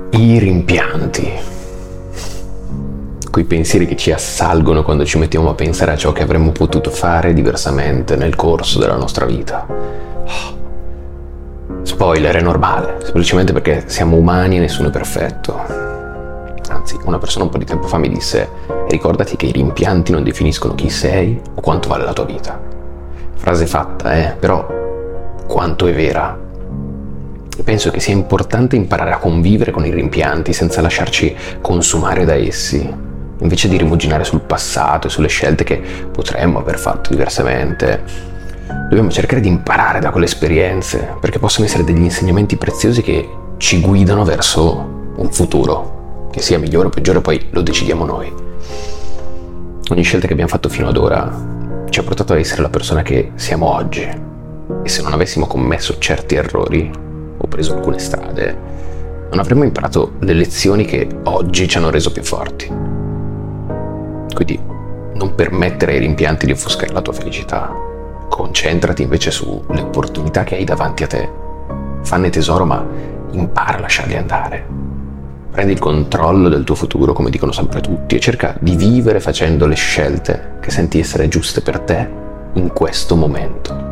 I rimpianti, quei pensieri che ci assalgono quando ci mettiamo a pensare a ciò che avremmo potuto fare diversamente nel corso della nostra vita. Spoiler, è normale, semplicemente perché siamo umani e nessuno è perfetto. Anzi, una persona un po' di tempo fa mi disse: ricordati che i rimpianti non definiscono chi sei o quanto vale la tua vita. Frase fatta, però quanto è vera. Penso che sia importante imparare a convivere con i rimpianti senza lasciarci consumare da essi, invece di rimuginare sul passato e sulle scelte che potremmo aver fatto diversamente. Dobbiamo cercare di imparare da quelle esperienze, perché possono essere degli insegnamenti preziosi che ci guidano verso un futuro, che sia migliore o peggiore poi lo decidiamo noi. Ogni scelta che abbiamo fatto fino ad ora ci ha portato a essere la persona che siamo oggi, e se non avessimo commesso certi errori o preso alcune strade, non avremmo imparato le lezioni che oggi ci hanno reso più forti. Quindi non permettere ai rimpianti di offuscare la tua felicità. Concentrati invece sulle opportunità che hai davanti a te. Fanne tesoro, ma impara a lasciarli andare. Prendi il controllo del tuo futuro, come dicono sempre tutti, e cerca di vivere facendo le scelte che senti essere giuste per te in questo momento.